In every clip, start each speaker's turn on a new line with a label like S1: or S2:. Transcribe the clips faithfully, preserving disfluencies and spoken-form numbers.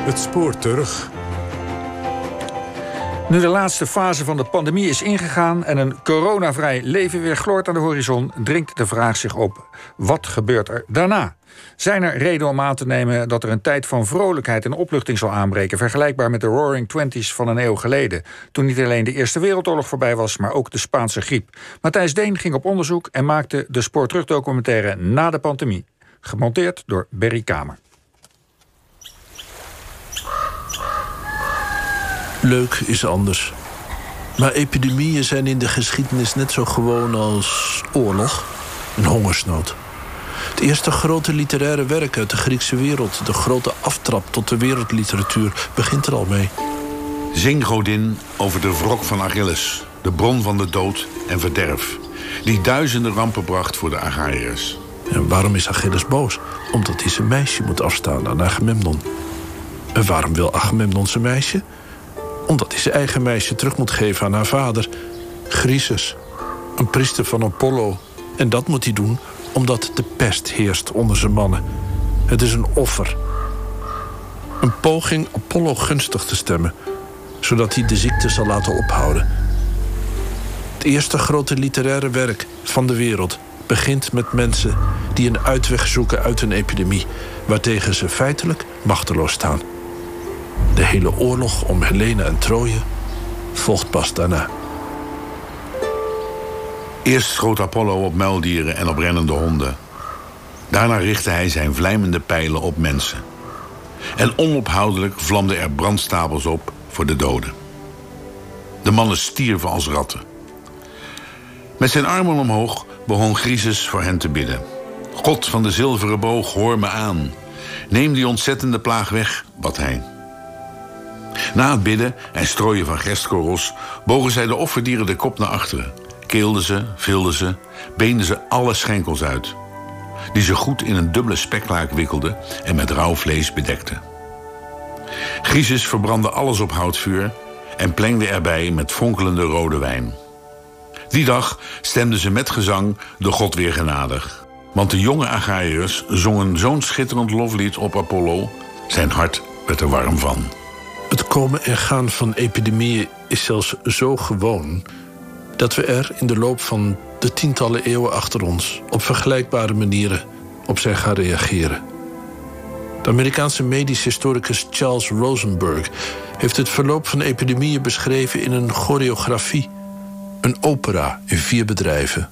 S1: Het spoor terug.
S2: Nu de laatste fase van de pandemie is ingegaan en een coronavrij leven weer gloort aan de horizon, dringt de vraag zich op: wat gebeurt er daarna? Zijn er redenen om aan te nemen dat er een tijd van vrolijkheid en opluchting zal aanbreken, vergelijkbaar met de Roaring Twenties van een eeuw geleden, toen niet alleen de Eerste Wereldoorlog voorbij was, maar ook de Spaanse griep? Matthijs Deen ging op onderzoek en maakte de Spoor Terug documentaire Na de Pandemie, gemonteerd door Berry Kamer.
S3: Leuk is anders. Maar epidemieën zijn in de geschiedenis net zo gewoon als oorlog, een hongersnood. Het eerste grote literaire werk uit de Griekse wereld, de grote aftrap tot de wereldliteratuur, begint er al mee.
S4: Zing, godin, over de wrok van Achilles, de bron van de dood en verderf, die duizenden rampen bracht voor de Achaiërs.
S3: En waarom is Achilles boos? Omdat hij zijn meisje moet afstaan aan Agamemnon. En waarom wil Agamemnon zijn meisje? Omdat hij zijn eigen meisje terug moet geven aan haar vader, Chryses, een priester van Apollo. En dat moet hij doen omdat de pest heerst onder zijn mannen. Het is een offer. Een poging Apollo gunstig te stemmen, zodat hij de ziekte zal laten ophouden. Het eerste grote literaire werk van de wereld begint met mensen die een uitweg zoeken uit een epidemie, waartegen ze feitelijk machteloos staan. De hele oorlog om Helena en Troje volgt pas daarna.
S4: Eerst schoot Apollo op muildieren en op rennende honden. Daarna richtte hij zijn vlijmende pijlen op mensen. En onophoudelijk vlamden er brandstapels op voor de doden. De mannen stierven als ratten. Met zijn armen omhoog begon Chryses voor hen te bidden. God van de zilveren boog, hoor me aan. Neem die ontzettende plaag weg, bad hij. Na het bidden en strooien van gerstkorrels bogen zij de offerdieren de kop naar achteren. Keelden ze, vilden ze, beenden ze alle schenkels uit, die ze goed in een dubbele speklaak wikkelden en met rauw vlees bedekten. Chryses verbrandde alles op houtvuur en plengde erbij met fonkelende rode wijn. Die dag stemden ze met gezang de God weer genadig. Want de jonge Achaiërs zongen zo'n schitterend loflied op Apollo, zijn hart werd er warm van.
S3: Het komen en gaan van epidemieën is zelfs zo gewoon dat we er in de loop van de tientallen eeuwen achter ons op vergelijkbare manieren op zijn gaan reageren. De Amerikaanse medisch historicus Charles Rosenberg heeft het verloop van epidemieën beschreven in een choreografie, een opera in vier bedrijven.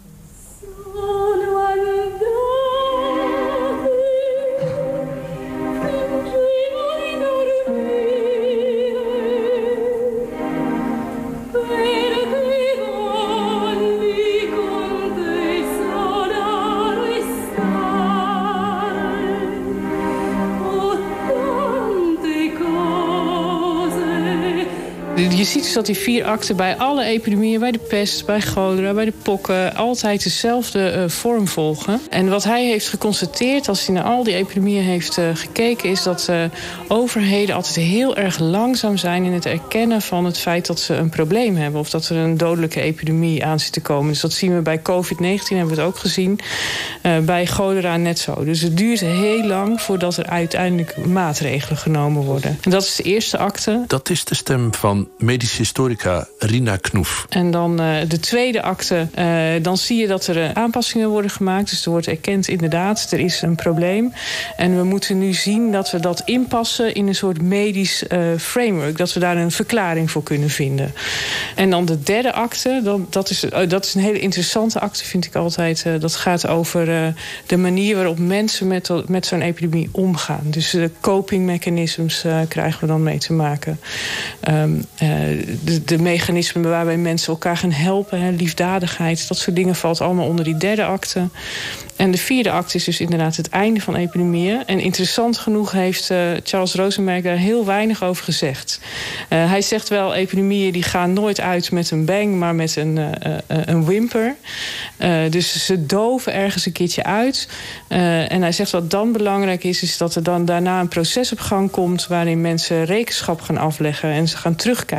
S5: Je ziet dus dat die vier akten bij alle epidemieën, bij de pest, bij cholera, bij de pokken, altijd dezelfde uh, vorm volgen. En wat hij heeft geconstateerd als hij naar al die epidemieën heeft uh, gekeken, is dat uh, overheden altijd heel erg langzaam zijn in het erkennen van het feit dat ze een probleem hebben of dat er een dodelijke epidemie aan zit te komen. Dus dat zien we bij covid negentien, hebben we het ook gezien. Uh, bij cholera net zo. Dus het duurt heel lang voordat er uiteindelijk maatregelen genomen worden. En dat is de eerste akte.
S3: Dat is de stem van medisch historica Rina Knoef.
S5: En dan uh, de tweede akte, uh, dan zie je dat er uh, aanpassingen worden gemaakt. Dus er wordt erkend inderdaad, er is een probleem. En we moeten nu zien dat we dat inpassen in een soort medisch uh, framework. Dat we daar een verklaring voor kunnen vinden. En dan de derde akte, dan, dat, is, uh, dat is een hele interessante akte, vind ik altijd. Uh, dat gaat over uh, de manier waarop mensen met, met zo'n epidemie omgaan. Dus de coping mechanisms uh, krijgen we dan mee te maken. Um, uh, de, de mechanismen waarbij mensen elkaar gaan helpen, hè, liefdadigheid, dat soort dingen valt allemaal onder die derde akte. En de vierde acte is dus inderdaad het einde van epidemieën. En interessant genoeg heeft uh, Charles Rosenberg daar heel weinig over gezegd. Uh, hij zegt wel, epidemieën die gaan nooit uit met een bang, maar met een, uh, uh, een whimper. Uh, dus ze doven ergens een keertje uit. Uh, en hij zegt wat dan belangrijk is, is dat er dan daarna een proces op gang komt waarin mensen rekenschap gaan afleggen en ze gaan terugkijken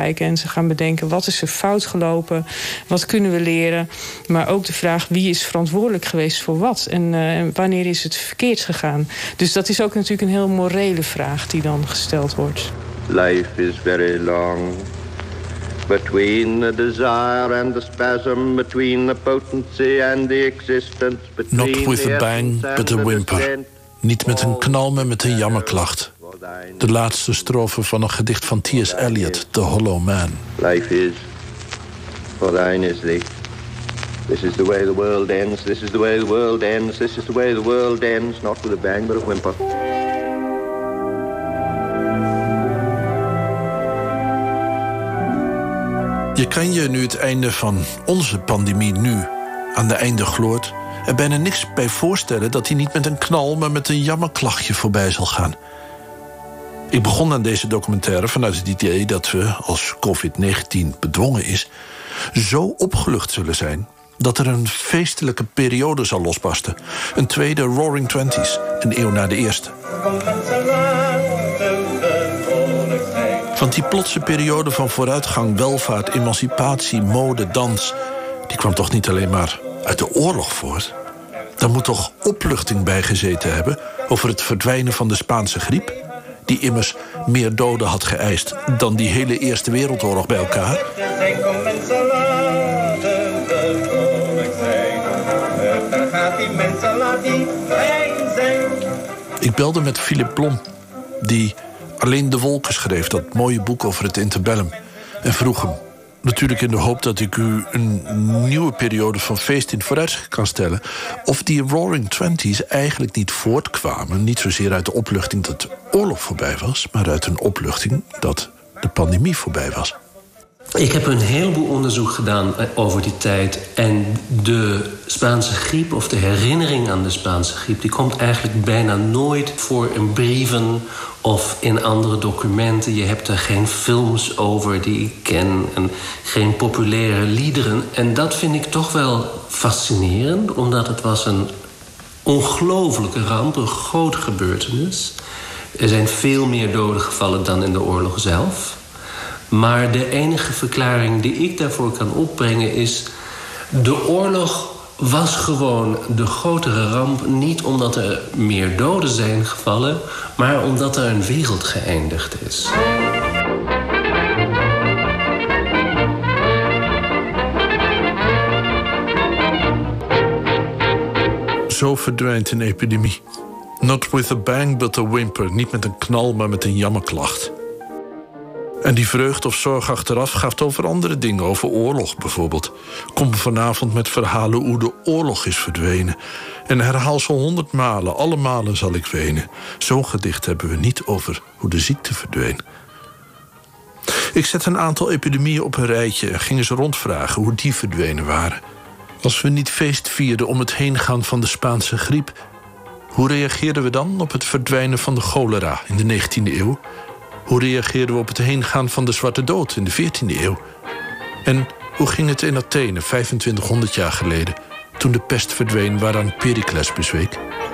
S5: terugkijken en ze gaan bedenken wat is er fout gelopen, wat kunnen we leren. Maar ook de vraag wie is verantwoordelijk geweest voor wat en uh, wanneer is het verkeerd gegaan. Dus dat is ook natuurlijk een heel morele vraag die dan gesteld wordt.
S1: Life is very long. Between the desire and the spasm, between the potency and the existence, between
S3: Not with a bang, but a whimper. Niet met een knal, maar met een jammerklacht. De laatste strofe van een gedicht van T S Eliot, The Hollow Man.
S1: Life is, for thine is thee. This is the way the world ends, this is the way the world ends, this is the way the world ends, not with a bang, but a whimper.
S3: Je kan je nu het einde van onze pandemie nu aan de einde gloort er bijna niks bij voorstellen dat hij niet met een knal, maar met een jammerklachtje voorbij zal gaan. Ik begon aan deze documentaire vanuit het idee dat we, als covid negentien bedwongen is, zo opgelucht zullen zijn dat er een feestelijke periode zal losbarsten. Een tweede Roaring Twenties, een eeuw na de eerste. Want die plotse periode van vooruitgang, welvaart, emancipatie, mode, dans, die kwam toch niet alleen maar uit de oorlog voort? Daar moet toch opluchting bij gezeten hebben over het verdwijnen van de Spaanse griep, die immers meer doden had geëist dan die hele Eerste Wereldoorlog bij elkaar? Ik belde met Philip Blom, die Alleen de Wolken schreef, dat mooie boek over het interbellum, en vroeg hem, natuurlijk in de hoop dat ik u een nieuwe periode van feest in het vooruitzicht kan stellen, of die Roaring Twenties eigenlijk niet voortkwamen, niet zozeer uit de opluchting dat de oorlog voorbij was, maar uit een opluchting dat de pandemie voorbij was.
S6: Ik heb een heleboel onderzoek gedaan over die tijd. En de Spaanse griep, of de herinnering aan de Spaanse griep, die komt eigenlijk bijna nooit voor in brieven of in andere documenten. Je hebt er geen films over die ik ken en geen populaire liederen. En dat vind ik toch wel fascinerend, omdat het was een ongelofelijke ramp, een grote gebeurtenis. Er zijn veel meer doden gevallen dan in de oorlog zelf. Maar de enige verklaring die ik daarvoor kan opbrengen is, de oorlog was gewoon de grotere ramp, niet omdat er meer doden zijn gevallen, maar omdat er een wereld geëindigd is.
S3: Zo verdwijnt een epidemie. Not with a bang, but a whimper. Niet met een knal, maar met een jammerklacht. En die vreugde of zorg achteraf gaat over andere dingen, over oorlog bijvoorbeeld. Kom vanavond met verhalen hoe de oorlog is verdwenen. En herhaal ze honderd malen, alle malen zal ik wenen. Zo'n gedicht hebben we niet over hoe de ziekte verdween. Ik zet een aantal epidemieën op een rijtje en ging eens rondvragen hoe die verdwenen waren. Als we niet feest vierden om het heengaan van de Spaanse griep, hoe reageerden we dan op het verdwijnen van de cholera in de negentiende eeuw? Hoe reageerden we op het heengaan van de Zwarte Dood in de veertiende eeuw? En hoe ging het in Athene vijfentwintighonderd jaar geleden, toen de pest verdween waaraan Pericles bezweek?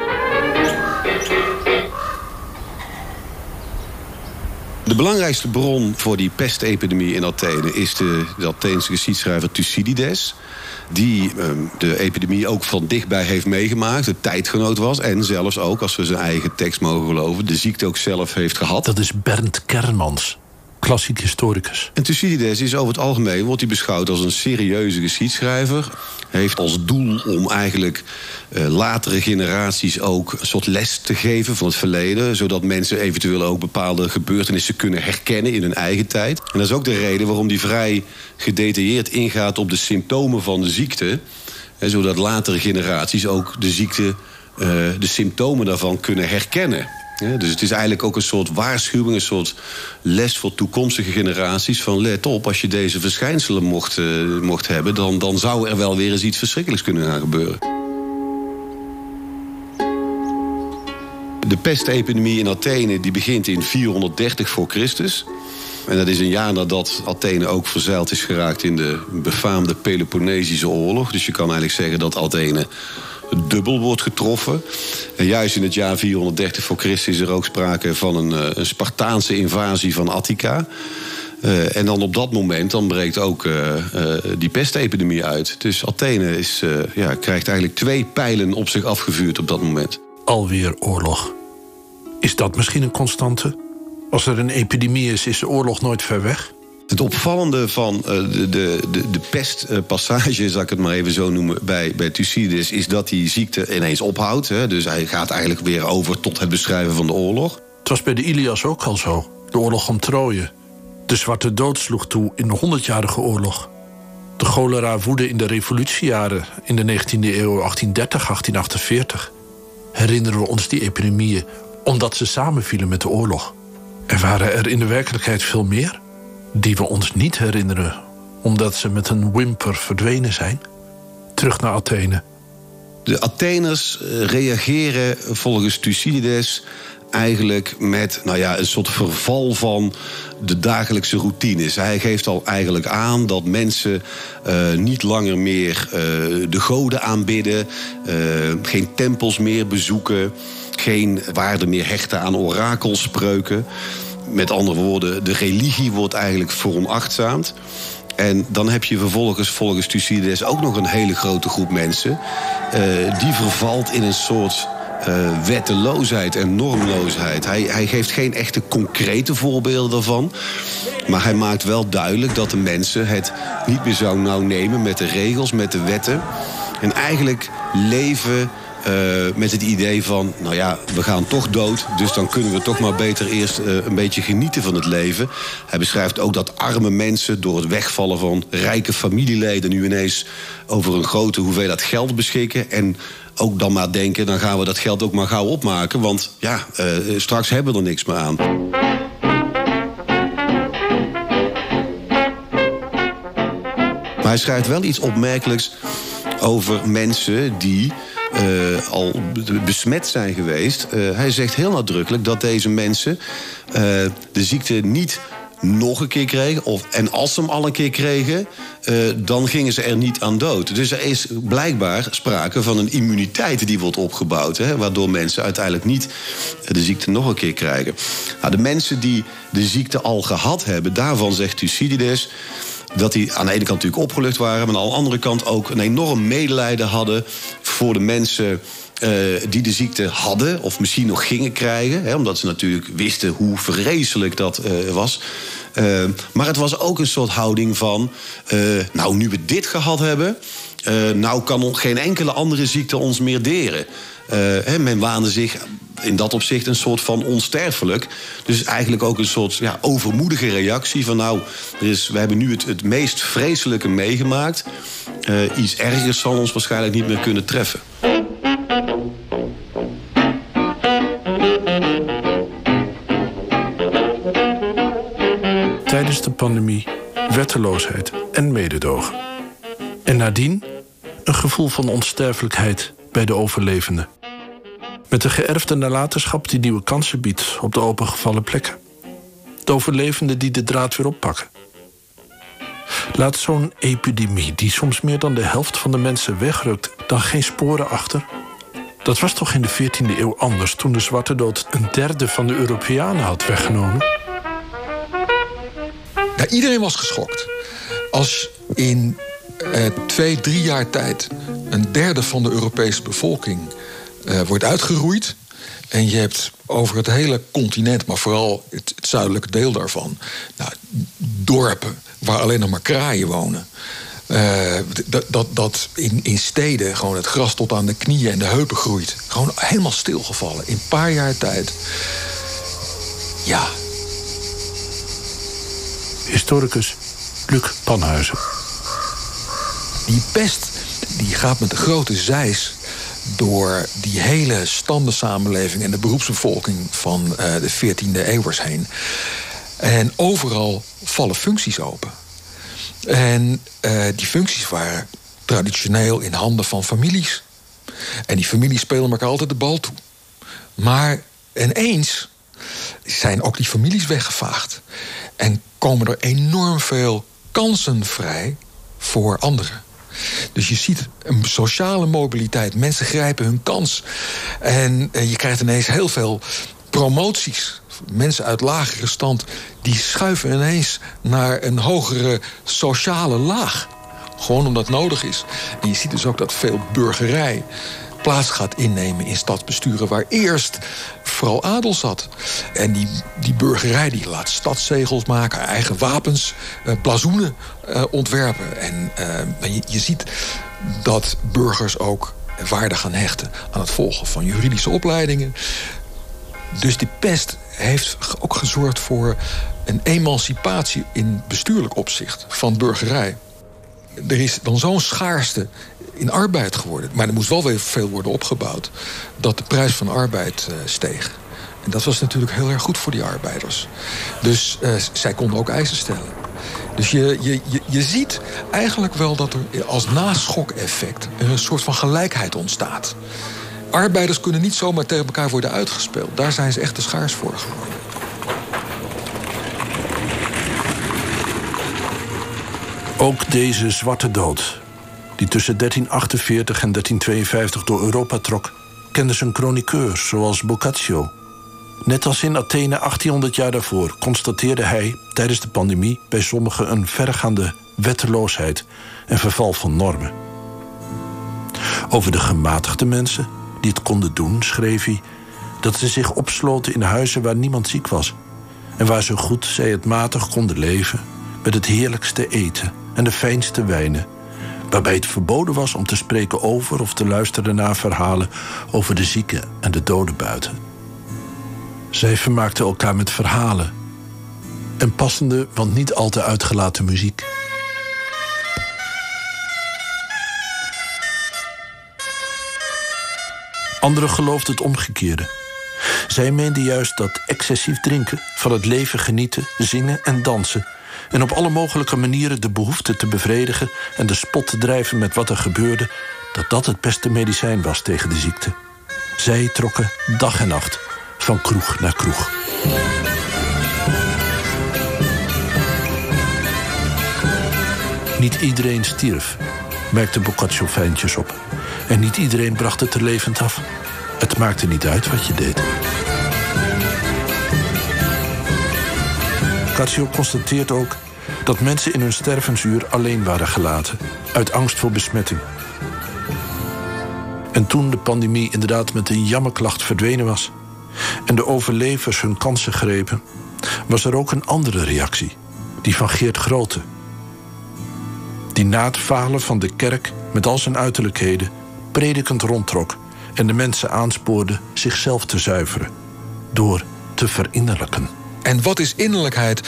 S7: De belangrijkste bron voor die pestepidemie in Athene is de, de Atheense geschiedschrijver Thucydides, die um, de epidemie ook van dichtbij heeft meegemaakt, de tijdgenoot was en zelfs ook, als we zijn eigen tekst mogen geloven, de ziekte ook zelf heeft gehad.
S3: Dat is Bernd Kermans, klassiek historicus.
S7: En Thucydides is over het algemeen, wordt hij beschouwd als een serieuze geschiedschrijver. Hij heeft als doel om eigenlijk uh, latere generaties ook een soort les te geven van het verleden, zodat mensen eventueel ook bepaalde gebeurtenissen kunnen herkennen in hun eigen tijd. En dat is ook de reden waarom hij vrij gedetailleerd ingaat op de symptomen van de ziekte, hè, zodat latere generaties ook de ziekte, uh, de symptomen daarvan kunnen herkennen. Ja, dus het is eigenlijk ook een soort waarschuwing, een soort les voor toekomstige generaties van let op, als je deze verschijnselen mocht, uh, mocht hebben, dan, dan zou er wel weer eens iets verschrikkelijks kunnen gaan gebeuren. De pestepidemie in Athene die begint in vierhonderddertig voor Christus. En dat is een jaar nadat Athene ook verzeild is geraakt in de befaamde Peloponnesische oorlog. Dus je kan eigenlijk zeggen dat Athene dubbel wordt getroffen. En juist in het jaar vierhonderddertig voor Christus is er ook sprake van een, een Spartaanse invasie van Attica. Uh, en dan op dat moment dan breekt ook uh, uh, die pestepidemie uit. Dus Athene is, uh, ja, krijgt eigenlijk twee pijlen op zich afgevuurd op dat moment.
S3: Alweer oorlog. Is dat misschien een constante? Als er een epidemie is, is de oorlog nooit ver weg?
S7: Het opvallende van uh, de, de, de, de pestpassage, zal ik het maar even zo noemen, bij, bij Thucydides, is dat die ziekte ineens ophoudt. Hè? Dus hij gaat eigenlijk weer over tot het beschrijven van de oorlog.
S3: Het was bij de Ilias ook al zo. De oorlog om Troje. De Zwarte Dood sloeg toe in de honderdjarige oorlog. De cholera woedde in de revolutiejaren in de negentiende eeuw, achttien dertig, achttien achtenveertig. Herinneren we ons die epidemieën omdat ze samenvielen met de oorlog. Er waren er in de werkelijkheid veel meer die we ons niet herinneren, omdat ze met een wimper verdwenen zijn. Terug naar Athene.
S7: De Atheners reageren volgens Thucydides eigenlijk met nou ja, een soort verval van de dagelijkse routines. Hij geeft al eigenlijk aan dat mensen uh, niet langer meer uh, de goden aanbidden, uh, geen tempels meer bezoeken, geen waarde meer hechten aan orakelspreuken. Met andere woorden, de religie wordt eigenlijk veronachtzaamd. En dan heb je vervolgens, volgens Thucydides, ook nog een hele grote groep mensen Uh, die vervalt in een soort uh, wetteloosheid en normloosheid. Hij, hij geeft geen echte concrete voorbeelden daarvan. Maar hij maakt wel duidelijk dat de mensen het niet meer zou nauw nemen met de regels, met de wetten. En eigenlijk leven Uh, met het idee van, nou ja, we gaan toch dood, dus dan kunnen we toch maar beter eerst uh, een beetje genieten van het leven. Hij beschrijft ook dat arme mensen door het wegvallen van rijke familieleden nu ineens over een grote hoeveelheid geld beschikken. En ook dan maar denken, dan gaan we dat geld ook maar gauw opmaken, want ja, uh, straks hebben we er niks meer aan. Maar hij schrijft wel iets opmerkelijks over mensen die Uh, al besmet zijn geweest. Uh, hij zegt heel nadrukkelijk dat deze mensen uh, de ziekte niet nog een keer kregen. Of, en als ze hem al een keer kregen, uh, dan gingen ze er niet aan dood. Dus er is blijkbaar sprake van een immuniteit die wordt opgebouwd, hè, waardoor mensen uiteindelijk niet de ziekte nog een keer krijgen. Nou, de mensen die de ziekte al gehad hebben, daarvan zegt Thucydides dat die aan de ene kant natuurlijk opgelucht waren, maar aan de andere kant ook een enorm medelijden hadden voor de mensen uh, die de ziekte hadden of misschien nog gingen krijgen, hè, omdat ze natuurlijk wisten hoe vreselijk dat uh, was. Uh, maar het was ook een soort houding van, uh, nou, nu we dit gehad hebben, uh, nou kan on- geen enkele andere ziekte ons meer deren. Uh, hè, men waande zich in dat opzicht een soort van onsterfelijk. Dus eigenlijk ook een soort ja, overmoedige reactie van, nou, er is, we hebben nu het, het meest vreselijke meegemaakt. Uh, iets ergers zal ons waarschijnlijk niet meer kunnen treffen.
S3: Tijdens de pandemie wetteloosheid en mededogen. En nadien een gevoel van onsterfelijkheid bij de overlevenden. Met de geërfde nalatenschap die nieuwe kansen biedt op de opengevallen plekken. De overlevenden die de draad weer oppakken. Laat zo'n epidemie, die soms meer dan de helft van de mensen wegrukt, dan geen sporen achter? Dat was toch in de veertiende eeuw anders, toen de Zwarte Dood een derde van de Europeanen had weggenomen?
S8: Ja, iedereen was geschokt. Als in uh, twee, drie jaar tijd een derde van de Europese bevolking uh, wordt uitgeroeid, en je hebt over het hele continent, maar vooral het, het zuidelijke deel daarvan, nou, dorpen waar alleen nog maar kraaien wonen. Uh, dat dat, dat in, in steden gewoon het gras tot aan de knieën en de heupen groeit. Gewoon helemaal stilgevallen in een paar jaar tijd. Ja.
S3: Historicus Luc Panhuizen.
S8: Die pest die gaat met de grote zeis door die hele standensamenleving en de beroepsbevolking van uh, de veertiende eeuwers heen. En overal vallen functies open. En uh, die functies waren traditioneel in handen van families. En die families spelen elkaar altijd de bal toe. Maar ineens zijn ook die families weggevaagd. En komen er enorm veel kansen vrij voor anderen. Dus je ziet een sociale mobiliteit. Mensen grijpen hun kans. En uh, je krijgt ineens heel veel promoties mensen uit lagere stand, die schuiven ineens naar een hogere sociale laag. Gewoon omdat het nodig is. En je ziet dus ook dat veel burgerij plaats gaat innemen in stadsbesturen waar eerst vooral adel zat. En die, die burgerij die laat stadszegels maken, eigen wapens, uh, blazoenen uh, ontwerpen. En uh, je, je ziet dat burgers ook waarde gaan hechten aan het volgen van juridische opleidingen. Dus die pest heeft ook gezorgd voor een emancipatie in bestuurlijk opzicht van burgerij. Er is dan zo'n schaarste in arbeid geworden. Maar er moest wel weer veel worden opgebouwd, dat de prijs van arbeid uh, steeg. En dat was natuurlijk heel erg goed voor die arbeiders. Dus uh, zij konden ook eisen stellen. Dus je, je, je, je ziet eigenlijk wel dat er als naschok-effect een soort van gelijkheid ontstaat. Arbeiders kunnen niet zomaar tegen elkaar worden uitgespeeld. Daar zijn ze echt te schaars voor geworden.
S3: Ook deze zwarte dood, die tussen dertien achtenveertig en dertien tweeënvijftig door Europa trok, kende zijn chroniqueurs zoals Boccaccio. Net als in Athene achttienhonderd jaar daarvoor constateerde hij tijdens de pandemie bij sommigen een verregaande wetteloosheid en verval van normen. Over de gematigde mensen die het konden doen, schreef hij dat ze zich opsloten in huizen waar niemand ziek was en waar zo goed zij het matig konden leven met het heerlijkste eten en de fijnste wijnen, waarbij het verboden was om te spreken over of te luisteren naar verhalen over de zieken en de doden buiten. Zij vermaakten elkaar met verhalen en passende, want niet al te uitgelaten muziek. Anderen geloofden het omgekeerde. Zij meenden juist dat excessief drinken, van het leven genieten, zingen en dansen en op alle mogelijke manieren de behoefte te bevredigen en de spot te drijven met wat er gebeurde, dat dat het beste medicijn was tegen de ziekte. Zij trokken dag en nacht van kroeg naar kroeg. Niet iedereen stierf, merkte Boccaccio fijntjes op. En niet iedereen bracht het er levend af. Het maakte niet uit wat je deed. Boccaccio constateert ook dat mensen in hun stervensuur alleen waren gelaten, uit angst voor besmetting. En toen de pandemie inderdaad met een jammerklacht verdwenen was en de overlevers hun kansen grepen, was er ook een andere reactie, die van Geert Grote, die na het falen van de kerk met al zijn uiterlijkheden predikend rondtrok en de mensen aanspoorde zichzelf te zuiveren door te verinnerlijken.
S8: En wat is innerlijkheid?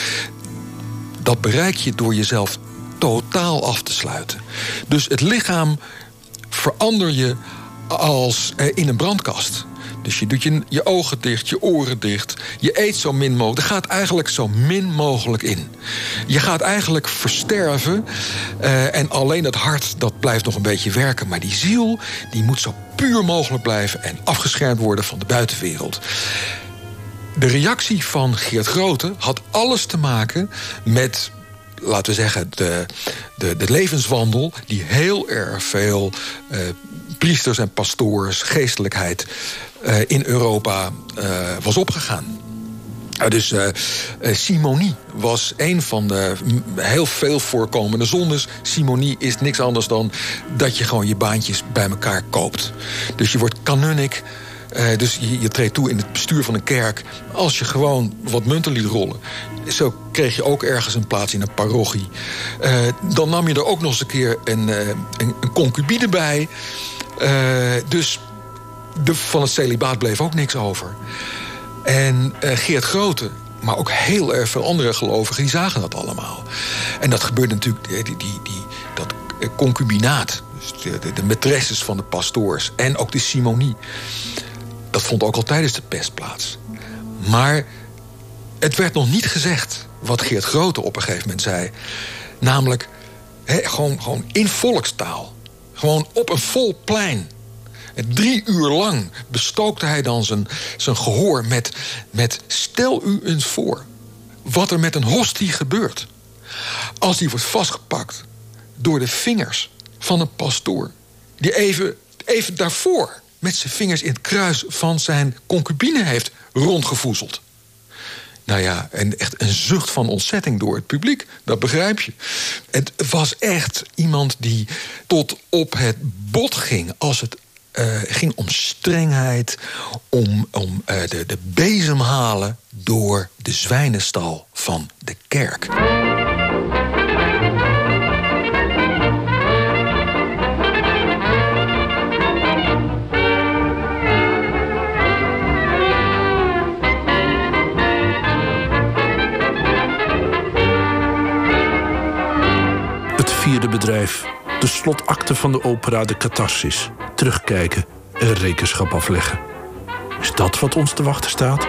S8: Dat bereik je door jezelf totaal af te sluiten. Dus het lichaam verander je als eh, in een brandkast. Dus je doet je, je ogen dicht, je oren dicht. Je eet zo min mogelijk. Er gaat eigenlijk zo min mogelijk in. Je gaat eigenlijk versterven. Uh, en alleen het hart, dat blijft nog een beetje werken. Maar die ziel, die moet zo puur mogelijk blijven en afgeschermd worden van de buitenwereld. De reactie van Geert Grote had alles te maken met, laten we zeggen, de, de, de levenswandel die heel erg veel uh, priesters en pastoors, geestelijkheid uh, in Europa uh, was opgegaan. Uh, dus uh, uh, simonie was een van de heel veel voorkomende zondes. Simonie is niks anders dan dat je gewoon je baantjes bij elkaar koopt. Dus je wordt kanunnik. Uh, dus je, je treedt toe in het bestuur van een kerk als je gewoon wat munten liet rollen. Zo kreeg je ook ergens een plaats in een parochie. Uh, dan nam je er ook nog eens een keer een, uh, een, een concubine bij. Uh, dus de, van het celibaat bleef ook niks over. En uh, Geert Grote, maar ook heel erg veel andere gelovigen, die zagen dat allemaal. En dat gebeurde natuurlijk, die, die, die, dat concubinaat, dus de, de, de maîtresses van de pastoors en ook de simonie, dat vond ook al tijdens de pest plaats. Maar het werd nog niet gezegd wat Geert Grote op een gegeven moment zei. Namelijk, he, gewoon, gewoon in volkstaal. Gewoon op een vol plein. En drie uur lang bestookte hij dan zijn, zijn gehoor met, met... stel u eens voor wat er met een hostie gebeurt als die wordt vastgepakt door de vingers van een pastoor die even, even daarvoor met zijn vingers in het kruis van zijn concubine heeft rondgevoezeld. nou ja, en echt een zucht van ontzetting door het publiek. Dat begrijp je. Het was echt iemand die tot op het bot ging als het uh, ging om strengheid, om, om uh, de, de bezem halen door de zwijnenstal van de kerk.
S3: Vierde bedrijf. De slotakte van de opera De Catharsis. Terugkijken en rekenschap afleggen. Is dat wat ons te wachten staat?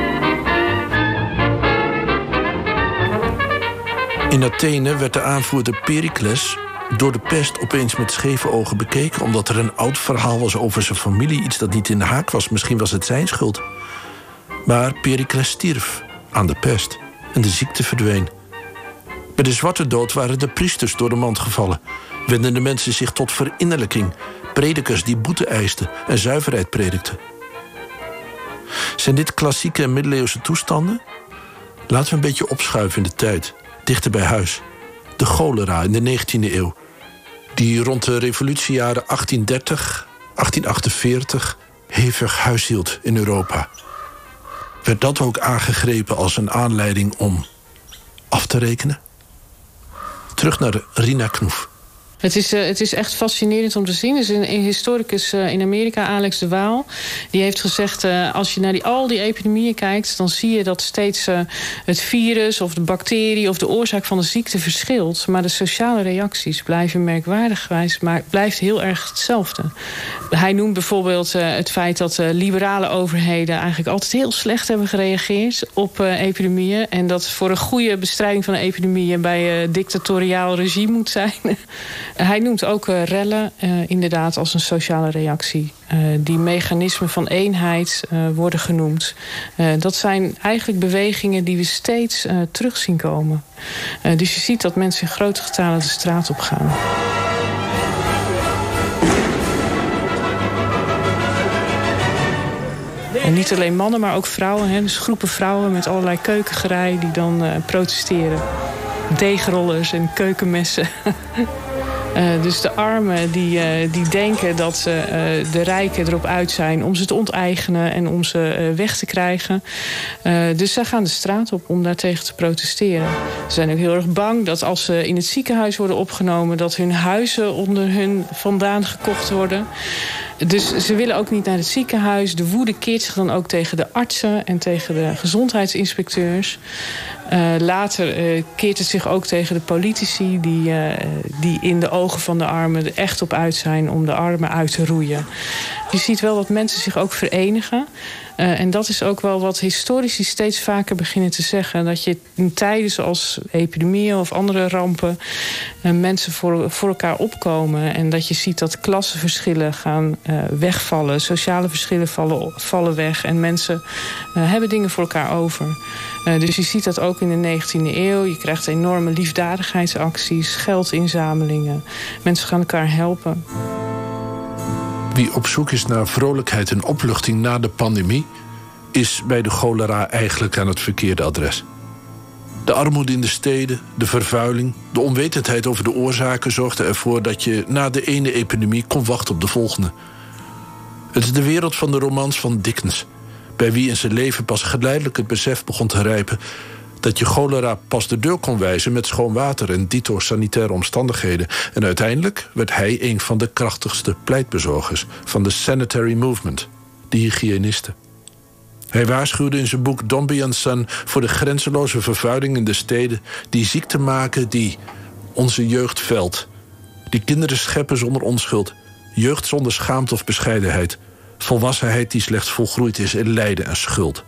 S3: In Athene werd de aanvoerder Pericles door de pest opeens met scheve ogen bekeken, omdat er een oud verhaal was over zijn familie, iets dat niet in de haak was. Misschien was het zijn schuld. Maar Pericles stierf aan de pest en de ziekte verdween. Bij de Zwarte Dood waren de priesters door de mand gevallen. Wenden de mensen zich tot verinnerlijking. Predikers die boete eisten en zuiverheid predikten. Zijn dit klassieke en middeleeuwse toestanden? Laten we een beetje opschuiven in de tijd. Dichter bij huis. De cholera in de negentiende eeuw. Die rond de revolutiejaren achttien dertig, achttien achtenveertig... hevig huishield in Europa. Werd dat ook aangegrepen als een aanleiding om af te rekenen? Terug naar Rina Knoef.
S5: Het is, uh, het is echt fascinerend om te zien. Er is een, een historicus uh, in Amerika, Alex de Waal, die heeft gezegd, uh, als je naar die, al die epidemieën kijkt, dan zie je dat steeds uh, het virus of de bacterie of de oorzaak van de ziekte verschilt. Maar de sociale reacties blijven merkwaardigwijs, maar het blijft heel erg hetzelfde. Hij noemt bijvoorbeeld uh, het feit dat uh, liberale overheden eigenlijk altijd heel slecht hebben gereageerd op uh, epidemieën. En dat voor een goede bestrijding van de epidemieën bij een uh, dictatoriaal regime moet zijn. Hij noemt ook uh, rellen uh, inderdaad als een sociale reactie. Uh, die mechanismen van eenheid uh, worden genoemd. Uh, dat zijn eigenlijk bewegingen die we steeds uh, terug zien komen. Uh, dus je ziet dat mensen in grote getalen de straat op gaan. En niet alleen mannen, maar ook vrouwen. Hè? Dus groepen vrouwen met allerlei keukengerei die dan uh, protesteren. Deegrollers en keukenmessen. Uh, dus de armen die, uh, die denken dat uh, de rijken erop uit zijn om ze te onteigenen en om ze uh, weg te krijgen. Uh, dus zij gaan de straat op om daartegen te protesteren. Ze zijn ook heel erg bang dat als ze in het ziekenhuis worden opgenomen, dat hun huizen onder hun vandaan gekocht worden. Dus ze willen ook niet naar het ziekenhuis. De woede keert zich dan ook tegen de artsen en tegen de gezondheidsinspecteurs. Uh, later uh, keert het zich ook tegen de politici die, uh, die in de ogen van de armen er echt op uit zijn om de armen uit te roeien. Je ziet wel dat mensen zich ook verenigen. Uh, en dat is ook wel wat historici steeds vaker beginnen te zeggen. Dat je in tijden zoals epidemieën of andere rampen uh, mensen voor, voor elkaar opkomen. En dat je ziet dat klassenverschillen gaan uh, wegvallen. Sociale verschillen vallen, vallen weg. En mensen uh, hebben dingen voor elkaar over. Uh, dus je ziet dat ook in de negentiende eeuw. Je krijgt enorme liefdadigheidsacties, geldinzamelingen. Mensen gaan elkaar helpen.
S3: Wie op zoek is naar vrolijkheid en opluchting na de pandemie, is bij de cholera eigenlijk aan het verkeerde adres. De armoede in de steden, de vervuiling, de onwetendheid over de oorzaken zorgden ervoor dat je na de ene epidemie kon wachten op de volgende. Het is de wereld van de romans van Dickens, bij wie in zijn leven pas geleidelijk het besef begon te rijpen dat je cholera pas de deur kon wijzen met schoon water en dito sanitaire omstandigheden. En uiteindelijk werd hij een van de krachtigste pleitbezorgers van de sanitary movement, de hygiënisten. Hij waarschuwde in zijn boek Dombey and Son voor de grenzeloze vervuiling in de steden, die ziekte maken die onze jeugd velt, die kinderen scheppen zonder onschuld, jeugd zonder schaamte of bescheidenheid, volwassenheid die slechts volgroeid is in lijden en schuld.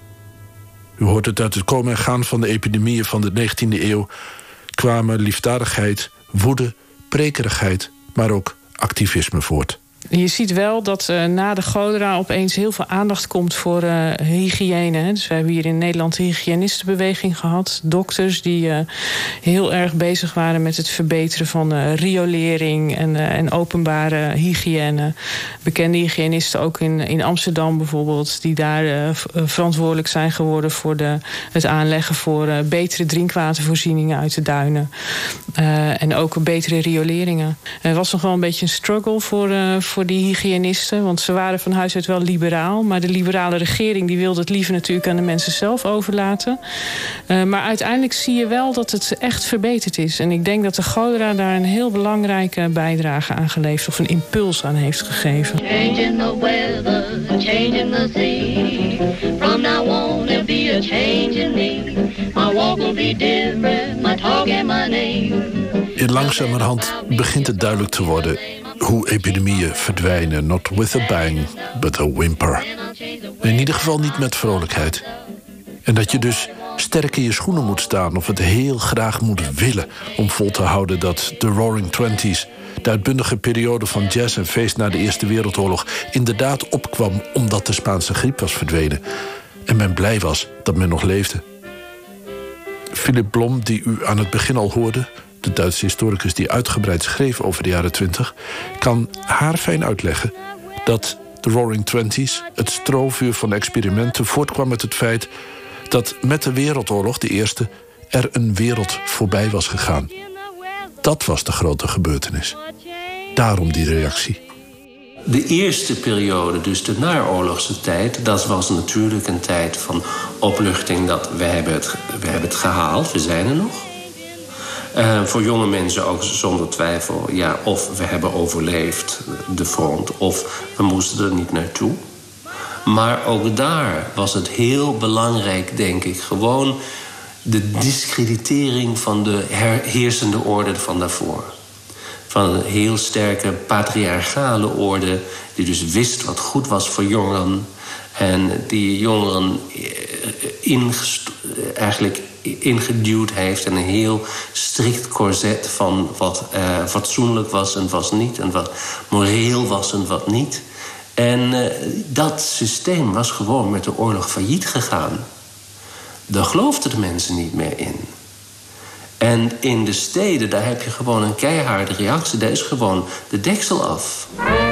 S3: U hoort het uit het komen en gaan van de epidemieën van de negentiende eeuw kwamen liefdadigheid, woede, prekerigheid, maar ook activisme voort.
S5: Je ziet wel dat uh, na de cholera opeens heel veel aandacht komt voor uh, hygiëne. Hè. Dus we hebben hier in Nederland de hygiënistenbeweging gehad. Dokters die uh, heel erg bezig waren met het verbeteren van uh, riolering en, uh, en openbare hygiëne. Bekende hygiënisten ook in, in Amsterdam bijvoorbeeld, die daar uh, verantwoordelijk zijn geworden voor de, het aanleggen voor uh, betere drinkwatervoorzieningen uit de duinen. Uh, en ook betere rioleringen. Er was nog wel een beetje een struggle voor, uh, voor die hygiënisten, want ze waren van huis uit wel liberaal, maar de liberale regering die wilde het liever natuurlijk aan de mensen zelf overlaten. Uh, maar uiteindelijk zie je wel dat het echt verbeterd is. En ik denk dat de cholera daar een heel belangrijke bijdrage aan geleverd, of een impuls aan heeft gegeven.
S9: Changing the weather, changing the sea. From now on there'll be a change in me. My walk will be different, my talk and my name.
S3: In langzamerhand begint het duidelijk te worden hoe epidemieën verdwijnen. Not with a bang, but a whimper. In ieder geval niet met vrolijkheid. En dat je dus sterk in je schoenen moet staan of het heel graag moet willen om vol te houden dat de Roaring Twenties, de uitbundige periode van jazz en feest na de Eerste Wereldoorlog, inderdaad opkwam omdat de Spaanse griep was verdwenen en men blij was dat men nog leefde. Philip Blom, die u aan het begin al hoorde, de Duitse historicus die uitgebreid schreef over de jaren twintig, kan haarfijn uitleggen dat de Roaring Twenties, het stroofvuur van experimenten, voortkwam uit het feit dat met de Wereldoorlog, de eerste, er een wereld voorbij was gegaan. Dat was de grote gebeurtenis. Daarom die reactie.
S6: De eerste periode, dus de naoorlogse tijd, dat was natuurlijk een tijd van opluchting. Dat we hebben het, we hebben het gehaald, we zijn er nog. Uh, voor jonge mensen ook zonder twijfel. Ja, of we hebben overleefd de front, of we moesten er niet naartoe. Maar ook daar was het heel belangrijk, denk ik, gewoon de discreditering van de heersende orde van daarvoor. Van een heel sterke patriarchale orde, die dus wist wat goed was voor jongeren. En die jongeren ingest- eigenlijk ingeduwd heeft in een heel strikt corset van wat uh, fatsoenlijk was en wat niet. En wat moreel was en wat niet. En uh, dat systeem was gewoon met de oorlog failliet gegaan. Daar geloofden de mensen niet meer in. En in de steden, daar heb je gewoon een keiharde reactie. Daar is gewoon de deksel af.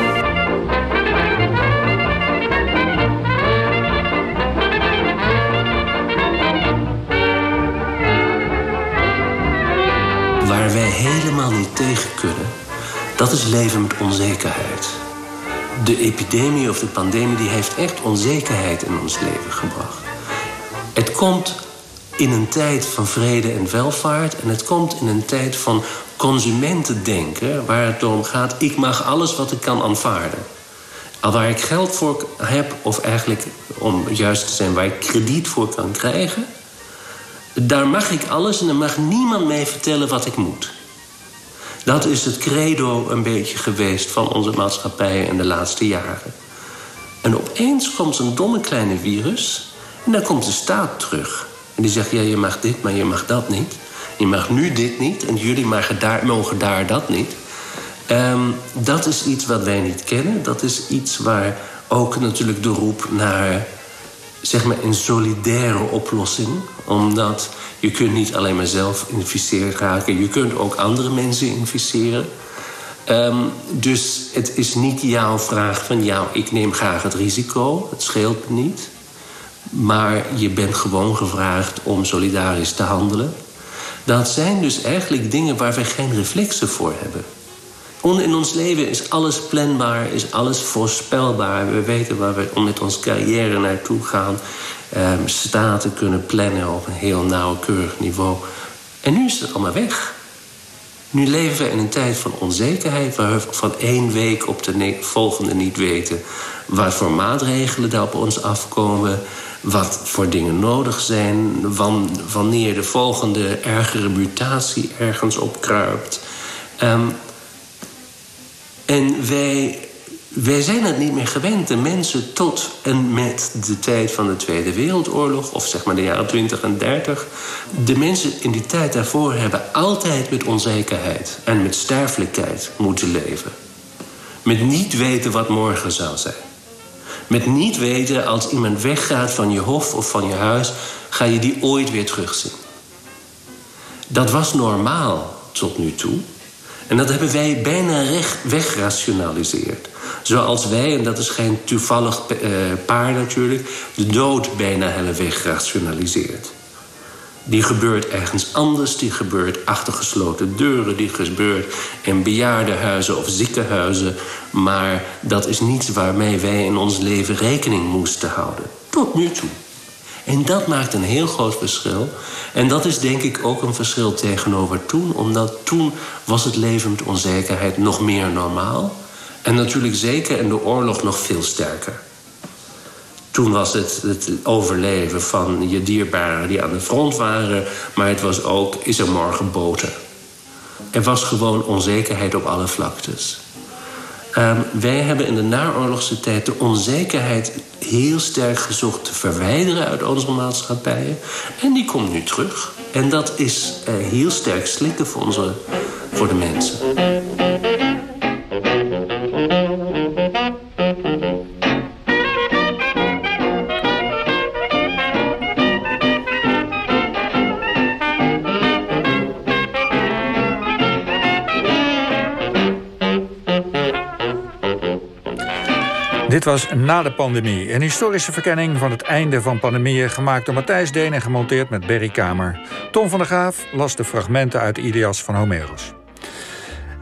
S6: Waar wij helemaal niet tegen kunnen, dat is leven met onzekerheid. De epidemie of de pandemie die heeft echt onzekerheid in ons leven gebracht. Het komt in een tijd van vrede en welvaart en het komt in een tijd van consumentendenken, waar het om gaat, ik mag alles wat ik kan aanvaarden. Al waar ik geld voor heb, of eigenlijk om juist te zijn waar ik krediet voor kan krijgen, daar mag ik alles en er mag niemand mij vertellen wat ik moet. Dat is het credo een beetje geweest van onze maatschappij in de laatste jaren. En opeens komt een domme kleine virus en dan komt de staat terug. En die zegt, ja, je mag dit, maar je mag dat niet. Je mag nu dit niet en jullie mogen daar, mogen daar dat niet. Um, dat is iets wat wij niet kennen. Dat is iets waar ook natuurlijk de roep naar, zeg maar, een solidaire oplossing. Omdat je kunt niet alleen maar zelf geïnficeerd raken. Je kunt ook andere mensen inficeren. Um, dus het is niet jouw vraag van, ja, ik neem graag het risico. Het scheelt me niet. Maar je bent gewoon gevraagd om solidarisch te handelen. Dat zijn dus eigenlijk dingen waar we geen reflexen voor hebben. In ons leven is alles planbaar, is alles voorspelbaar. We weten waar we met onze carrière naartoe gaan. Um, staten kunnen plannen op een heel nauwkeurig niveau. En nu is het allemaal weg. Nu leven we in een tijd van onzekerheid, waar we van één week op de ne- volgende niet weten wat voor maatregelen daar op ons afkomen, wat voor dingen nodig zijn, wan- wanneer de volgende ergere mutatie ergens opkruipt. Um, en wij, wij zijn het niet meer gewend. De mensen tot en met de tijd van de Tweede Wereldoorlog, of zeg maar de jaren twintig en dertig... de mensen in die tijd daarvoor hebben altijd met onzekerheid en met sterfelijkheid moeten leven. Met niet weten wat morgen zou zijn. Met niet weten, als iemand weggaat van je hof of van je huis, ga je die ooit weer terugzien. Dat was normaal tot nu toe. En dat hebben wij bijna recht wegrationaliseerd. Zoals wij, en dat is geen toevallig uh, paar natuurlijk, de dood bijna hebben wegrationaliseerd. Die gebeurt ergens anders, die gebeurt achter gesloten deuren, die gebeurt in bejaardenhuizen of ziekenhuizen. Maar dat is niets waarmee wij in ons leven rekening moesten houden. Tot nu toe. En dat maakt een heel groot verschil. En dat is denk ik ook een verschil tegenover toen. Omdat toen was het leven met onzekerheid nog meer normaal. En natuurlijk zeker in de oorlog nog veel sterker. Toen was het het overleven van je dierbaren die aan de front waren. Maar het was ook, is er morgen boter? Er was gewoon onzekerheid op alle vlaktes. Um, wij hebben in de naoorlogse tijd de onzekerheid heel sterk gezocht te verwijderen uit onze maatschappijen. En die komt nu terug. En dat is uh, heel sterk slikken voor, onze, voor de mensen.
S2: Dit was Na de Pandemie, een historische verkenning van het einde van pandemieën, gemaakt door Matthijs Deen en gemonteerd met Berry Kamer. Tom van der Graaf las de fragmenten uit de Ilias van Homerus.